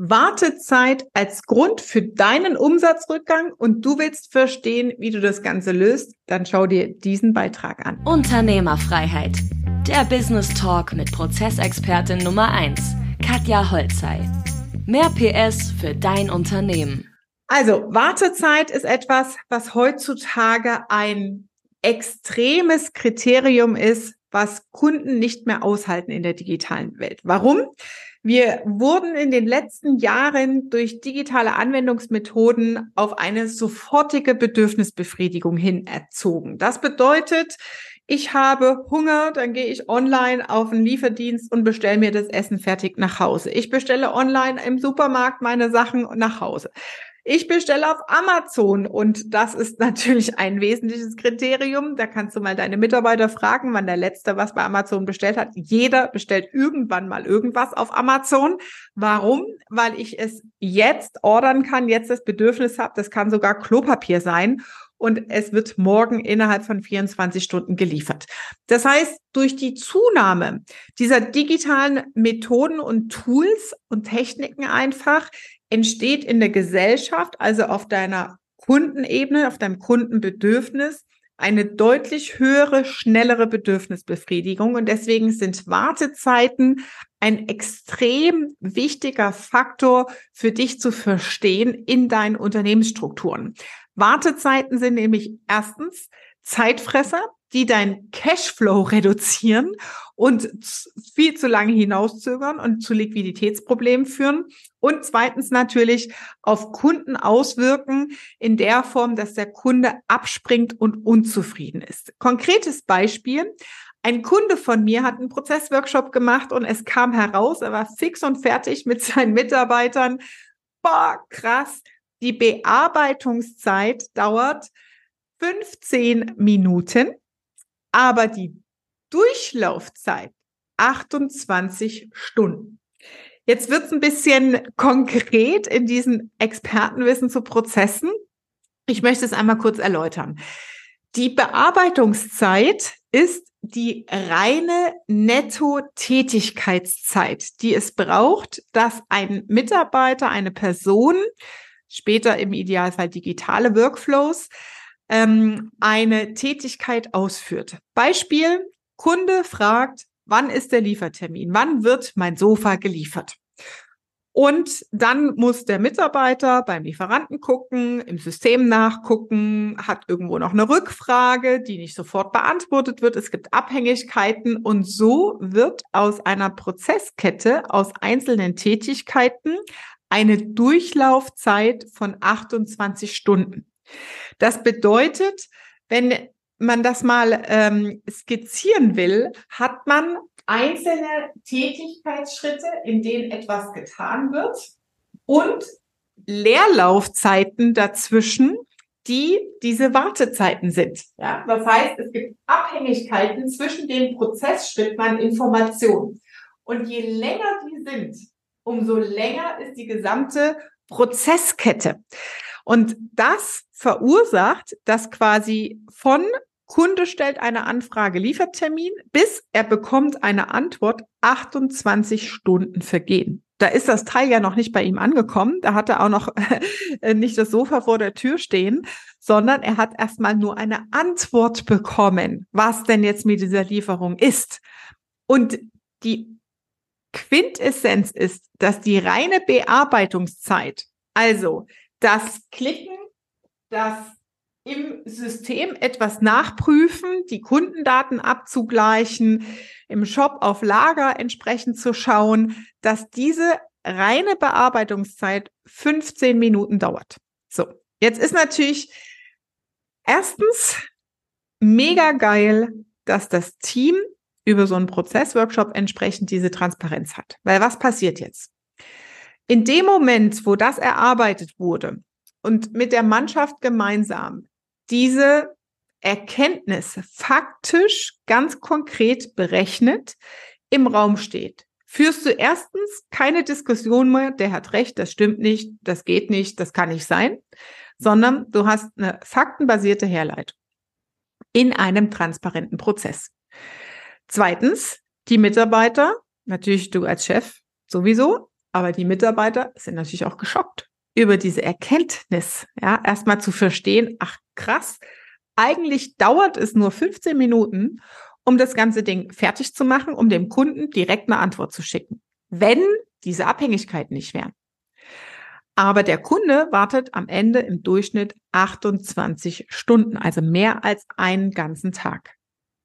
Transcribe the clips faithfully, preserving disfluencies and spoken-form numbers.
Wartezeit als Grund für deinen Umsatzrückgang und du willst verstehen, wie du das Ganze löst, dann schau dir diesen Beitrag an. Unternehmerfreiheit. Der Business Talk mit Prozessexpertin Nummer eins, Katja Holzei. Mehr P S für dein Unternehmen. Also, Wartezeit ist etwas, was heutzutage ein extremes Kriterium ist, was Kunden nicht mehr aushalten in der digitalen Welt. Warum? Wir wurden in den letzten Jahren durch digitale Anwendungsmethoden auf eine sofortige Bedürfnisbefriedigung hin erzogen. Das bedeutet, ich habe Hunger, dann gehe ich online auf einen Lieferdienst und bestelle mir das Essen fertig nach Hause. Ich bestelle online im Supermarkt meine Sachen nach Hause. Ich bestelle auf Amazon und das ist natürlich ein wesentliches Kriterium. Da kannst du mal deine Mitarbeiter fragen, wann der Letzte was bei Amazon bestellt hat. Jeder bestellt irgendwann mal irgendwas auf Amazon. Warum? Weil ich es jetzt ordern kann, jetzt das Bedürfnis habe. Das kann sogar Klopapier sein und es wird morgen innerhalb von vierundzwanzig Stunden geliefert. Das heißt, durch die Zunahme dieser digitalen Methoden und Tools und Techniken einfach entsteht in der Gesellschaft, also auf deiner Kundenebene, auf deinem Kundenbedürfnis, eine deutlich höhere, schnellere Bedürfnisbefriedigung. Und deswegen sind Wartezeiten ein extrem wichtiger Faktor für dich zu verstehen in deinen Unternehmensstrukturen. Wartezeiten sind nämlich erstens Zeitfresser, die deinen Cashflow reduzieren und viel zu lange hinauszögern und zu Liquiditätsproblemen führen. Und zweitens natürlich auf Kunden auswirken in der Form, dass der Kunde abspringt und unzufrieden ist. Konkretes Beispiel. Ein Kunde von mir hat einen Prozessworkshop gemacht und es kam heraus, er war fix und fertig mit seinen Mitarbeitern. Boah, krass. Die Bearbeitungszeit dauert fünfzehn Minuten. Aber die Durchlaufzeit achtundzwanzig Stunden. Jetzt wird es ein bisschen konkret in diesem Expertenwissen zu Prozessen. Ich möchte es einmal kurz erläutern. Die Bearbeitungszeit ist die reine Netto-Tätigkeitszeit, die es braucht, dass ein Mitarbeiter, eine Person, später im Idealfall digitale Workflows, eine Tätigkeit ausführt. Beispiel, Kunde fragt, wann ist der Liefertermin? Wann wird mein Sofa geliefert? Und dann muss der Mitarbeiter beim Lieferanten gucken, im System nachgucken, hat irgendwo noch eine Rückfrage, die nicht sofort beantwortet wird. Es gibt Abhängigkeiten und so wird aus einer Prozesskette, aus einzelnen Tätigkeiten eine Durchlaufzeit von achtundzwanzig Stunden. Das bedeutet, wenn man das mal ähm, skizzieren will, hat man einzelne Tätigkeitsschritte, in denen etwas getan wird und Leerlaufzeiten dazwischen, die diese Wartezeiten sind. Ja, das heißt, es gibt Abhängigkeiten zwischen den Prozessschritten an Informationen. Und je länger die sind, umso länger ist die gesamte Prozesskette. Und das verursacht, dass quasi von Kunde stellt eine Anfrage, Liefertermin, bis er bekommt eine Antwort, achtundzwanzig Stunden vergehen. Da ist das Teil ja noch nicht bei ihm angekommen. Da hat er auch noch nicht das Sofa vor der Tür stehen, sondern er hat erstmal nur eine Antwort bekommen, was denn jetzt mit dieser Lieferung ist. Und die Quintessenz ist, dass die reine Bearbeitungszeit, also das Klicken, das im System etwas nachprüfen, die Kundendaten abzugleichen, im Shop auf Lager entsprechend zu schauen, dass diese reine Bearbeitungszeit fünfzehn Minuten dauert. So, jetzt ist natürlich erstens mega geil, dass das Team über so einen Prozessworkshop entsprechend diese Transparenz hat. Weil was passiert jetzt? In dem Moment, wo das erarbeitet wurde und mit der Mannschaft gemeinsam diese Erkenntnis faktisch ganz konkret berechnet im Raum steht, führst du erstens keine Diskussion mehr, der hat recht, das stimmt nicht, das geht nicht, das kann nicht sein, sondern du hast eine faktenbasierte Herleitung in einem transparenten Prozess. Zweitens, die Mitarbeiter, natürlich du als Chef sowieso, aber die Mitarbeiter sind natürlich auch geschockt über diese Erkenntnis, ja, erstmal zu verstehen, ach krass, eigentlich dauert es nur fünfzehn Minuten, um das ganze Ding fertig zu machen, um dem Kunden direkt eine Antwort zu schicken, wenn diese Abhängigkeiten nicht wären. Aber der Kunde wartet am Ende im Durchschnitt achtundzwanzig Stunden, also mehr als einen ganzen Tag.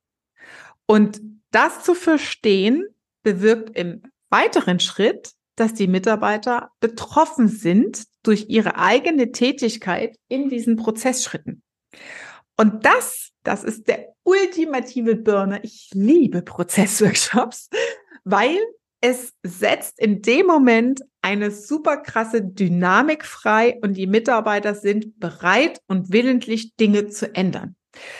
Und das zu verstehen, bewirkt im weiteren Schritt, dass die Mitarbeiter betroffen sind durch ihre eigene Tätigkeit in diesen Prozessschritten. Und das, das ist der ultimative Burner. Ich liebe Prozessworkshops, weil es setzt in dem Moment eine super krasse Dynamik frei und die Mitarbeiter sind bereit und willentlich Dinge zu ändern.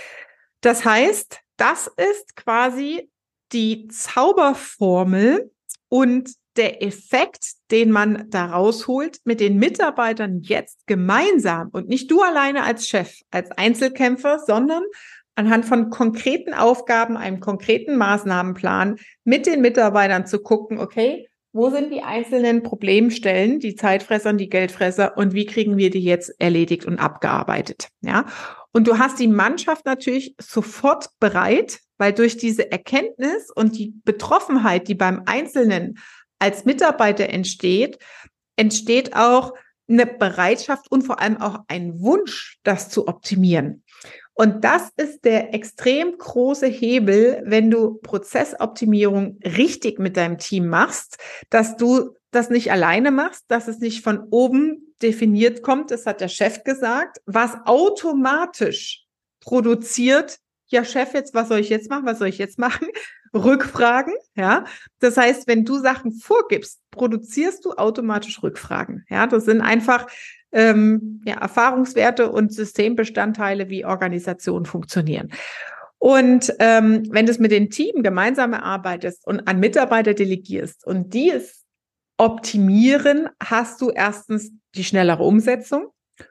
Das heißt, das ist quasi die Zauberformel und der Effekt, den man da rausholt, mit den Mitarbeitern jetzt gemeinsam und nicht du alleine als Chef, als Einzelkämpfer, sondern anhand von konkreten Aufgaben, einem konkreten Maßnahmenplan mit den Mitarbeitern zu gucken, okay, wo sind die einzelnen Problemstellen, die Zeitfresser und die Geldfresser und wie kriegen wir die jetzt erledigt und abgearbeitet, ja? Und du hast die Mannschaft natürlich sofort bereit, weil durch diese Erkenntnis und die Betroffenheit, die beim Einzelnen als Mitarbeiter entsteht, entsteht auch eine Bereitschaft und vor allem auch ein Wunsch, das zu optimieren. Und das ist der extrem große Hebel, wenn du Prozessoptimierung richtig mit deinem Team machst, dass du das nicht alleine machst, dass es nicht von oben definiert kommt, das hat der Chef gesagt, was automatisch produziert, ja Chef, jetzt, was soll ich jetzt machen, was soll ich jetzt machen? Rückfragen, ja. Das heißt, wenn du Sachen vorgibst, produzierst du automatisch Rückfragen, ja. Das sind einfach ähm, ja, Erfahrungswerte und Systembestandteile, wie Organisationen funktionieren. Und ähm, wenn du es mit den Teams gemeinsam erarbeitest und an Mitarbeiter delegierst und die es optimieren, hast du erstens die schnellere Umsetzung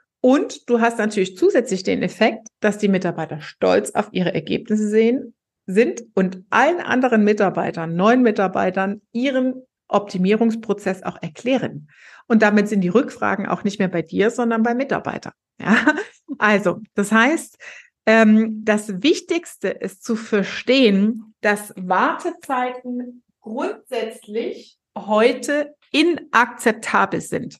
und du hast natürlich zusätzlich den Effekt, dass die Mitarbeiter stolz auf ihre Ergebnisse sehen, sind und allen anderen Mitarbeitern, neuen Mitarbeitern, ihren Optimierungsprozess auch erklären. Und damit sind die Rückfragen auch nicht mehr bei dir, sondern bei Mitarbeitern. Ja? Also, das heißt, ähm, das Wichtigste ist zu verstehen, dass Wartezeiten grundsätzlich heute inakzeptabel sind.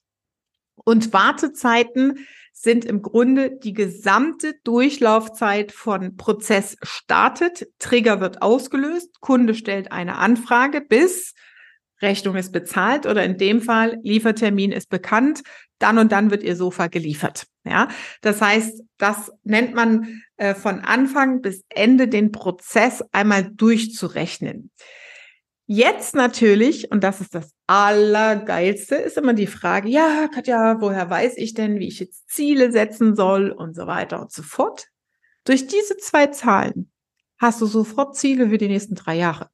Und Wartezeiten sind im Grunde die gesamte Durchlaufzeit von Prozess startet, Trigger wird ausgelöst, Kunde stellt eine Anfrage bis Rechnung ist bezahlt oder in dem Fall Liefertermin ist bekannt, dann und dann wird Ihr Sofa geliefert. Ja, das heißt, das nennt man äh, von Anfang bis Ende den Prozess einmal durchzurechnen. Jetzt natürlich, und das ist das Allergeilste, ist immer die Frage, ja, Katja, woher weiß ich denn, wie ich jetzt Ziele setzen soll und so weiter und so fort. Durch diese zwei Zahlen hast du sofort Ziele für die nächsten drei Jahre.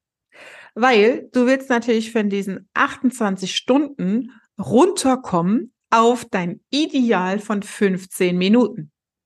Weil du willst natürlich von diesen achtundzwanzig Stunden runterkommen auf dein Ideal von fünfzehn Minuten.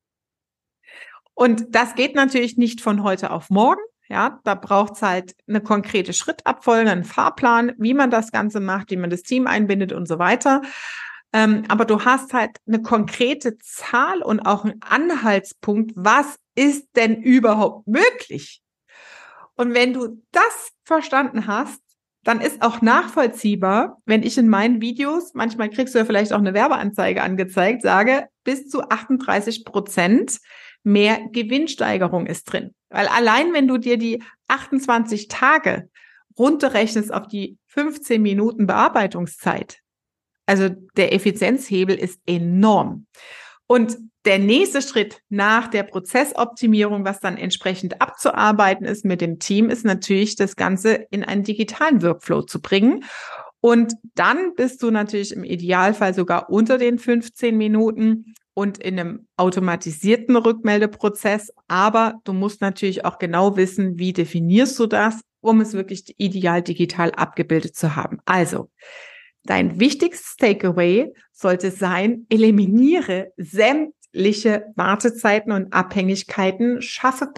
Und das geht natürlich nicht von heute auf morgen. Ja, da braucht es halt eine konkrete Schrittabfolge, einen Fahrplan, wie man das Ganze macht, wie man das Team einbindet und so weiter. Ähm, aber du hast halt eine konkrete Zahl und auch einen Anhaltspunkt, was ist denn überhaupt möglich? Und wenn du das verstanden hast, dann ist auch nachvollziehbar, wenn ich in meinen Videos, manchmal kriegst du ja vielleicht auch eine Werbeanzeige angezeigt, sage, bis zu achtunddreißig Prozent mehr Gewinnsteigerung ist drin. Weil allein wenn du dir die achtundzwanzig Tage runterrechnest auf die fünfzehn Minuten Bearbeitungszeit, also der Effizienzhebel ist enorm. Und der nächste Schritt nach der Prozessoptimierung, was dann entsprechend abzuarbeiten ist mit dem Team, ist natürlich, das Ganze in einen digitalen Workflow zu bringen. Und dann bist du natürlich im Idealfall sogar unter den fünfzehn Minuten und in einem automatisierten Rückmeldeprozess. Aber du musst natürlich auch genau wissen, wie definierst du das, um es wirklich ideal digital abgebildet zu haben. Also, dein wichtigstes Takeaway sollte sein, eliminiere sämtliche Wartezeiten und Abhängigkeiten, schaffe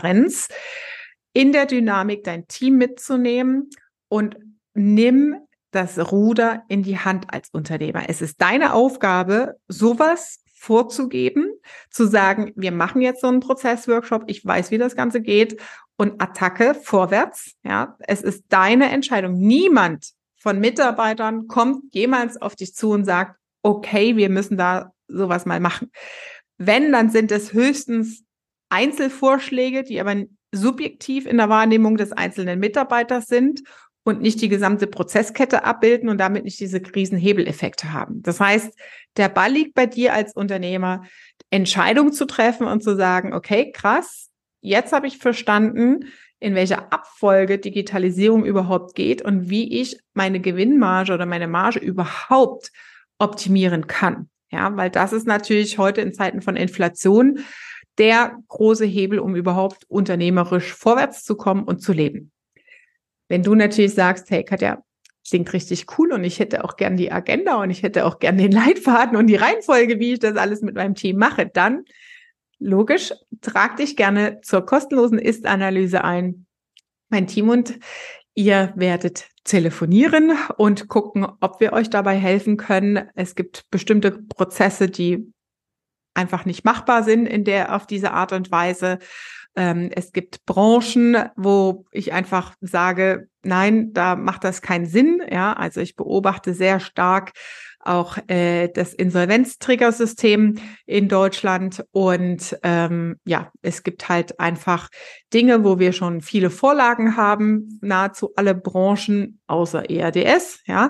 Prozesstransparenz, in der Dynamik dein Team mitzunehmen und nimm das Ruder in die Hand als Unternehmer. Es ist deine Aufgabe, sowas vorzugeben, zu sagen, wir machen jetzt so einen Prozessworkshop, ich weiß, wie das Ganze geht und Attacke vorwärts. Ja, es ist deine Entscheidung. Niemand von Mitarbeitern kommt jemals auf dich zu und sagt, okay, wir müssen da sowas mal machen. Wenn, dann sind es höchstens Einzelvorschläge, die aber subjektiv in der Wahrnehmung des einzelnen Mitarbeiters sind und nicht die gesamte Prozesskette abbilden und damit nicht diese Riesenhebeleffekte haben. Das heißt, der Ball liegt bei dir als Unternehmer, Entscheidungen zu treffen und zu sagen, okay, krass, jetzt habe ich verstanden, in welcher Abfolge Digitalisierung überhaupt geht und wie ich meine Gewinnmarge oder meine Marge überhaupt optimieren kann. Ja, weil das ist natürlich heute in Zeiten von Inflation der große Hebel, um überhaupt unternehmerisch vorwärts zu kommen und zu leben. Wenn du natürlich sagst, hey Katja, klingt richtig cool und ich hätte auch gern die Agenda und ich hätte auch gern den Leitfaden und die Reihenfolge, wie ich das alles mit meinem Team mache, dann logisch, trag dich gerne zur kostenlosen Ist-Analyse ein. Mein Team und ihr werdet telefonieren und gucken, ob wir euch dabei helfen können. Es gibt bestimmte Prozesse, die einfach nicht machbar sind in der, auf diese Art und Weise. Ähm, es gibt Branchen, wo ich einfach sage, nein, da macht das keinen Sinn. Ja, also ich beobachte sehr stark auch äh, das Insolvenztriggersystem in Deutschland und ähm, ja, es gibt halt einfach Dinge, wo wir schon viele Vorlagen haben, nahezu alle Branchen außer E R D S, ja.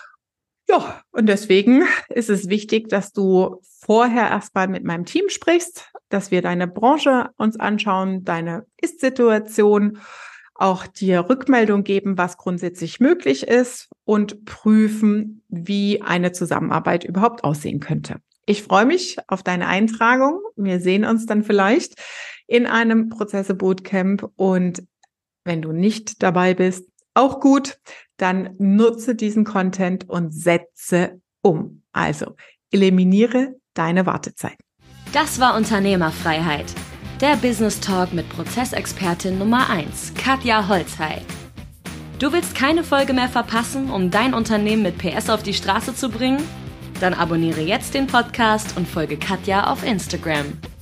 Ja, und deswegen ist es wichtig, dass du vorher erstmal mit meinem Team sprichst, dass wir deine Branche uns anschauen, deine Ist-Situation, auch dir Rückmeldung geben, was grundsätzlich möglich ist und prüfen, wie eine Zusammenarbeit überhaupt aussehen könnte. Ich freue mich auf deine Eintragung. Wir sehen uns dann vielleicht in einem Prozesse-Bootcamp und wenn du nicht dabei bist, auch gut, dann nutze diesen Content und setze um. Also eliminiere deine Wartezeit. Das war Unternehmerfreiheit. Der Business Talk mit Prozessexpertin Nummer eins, Katja Holzhey. Du willst keine Folge mehr verpassen, um dein Unternehmen mit P S auf die Straße zu bringen? Dann abonniere jetzt den Podcast und folge Katja auf Instagram.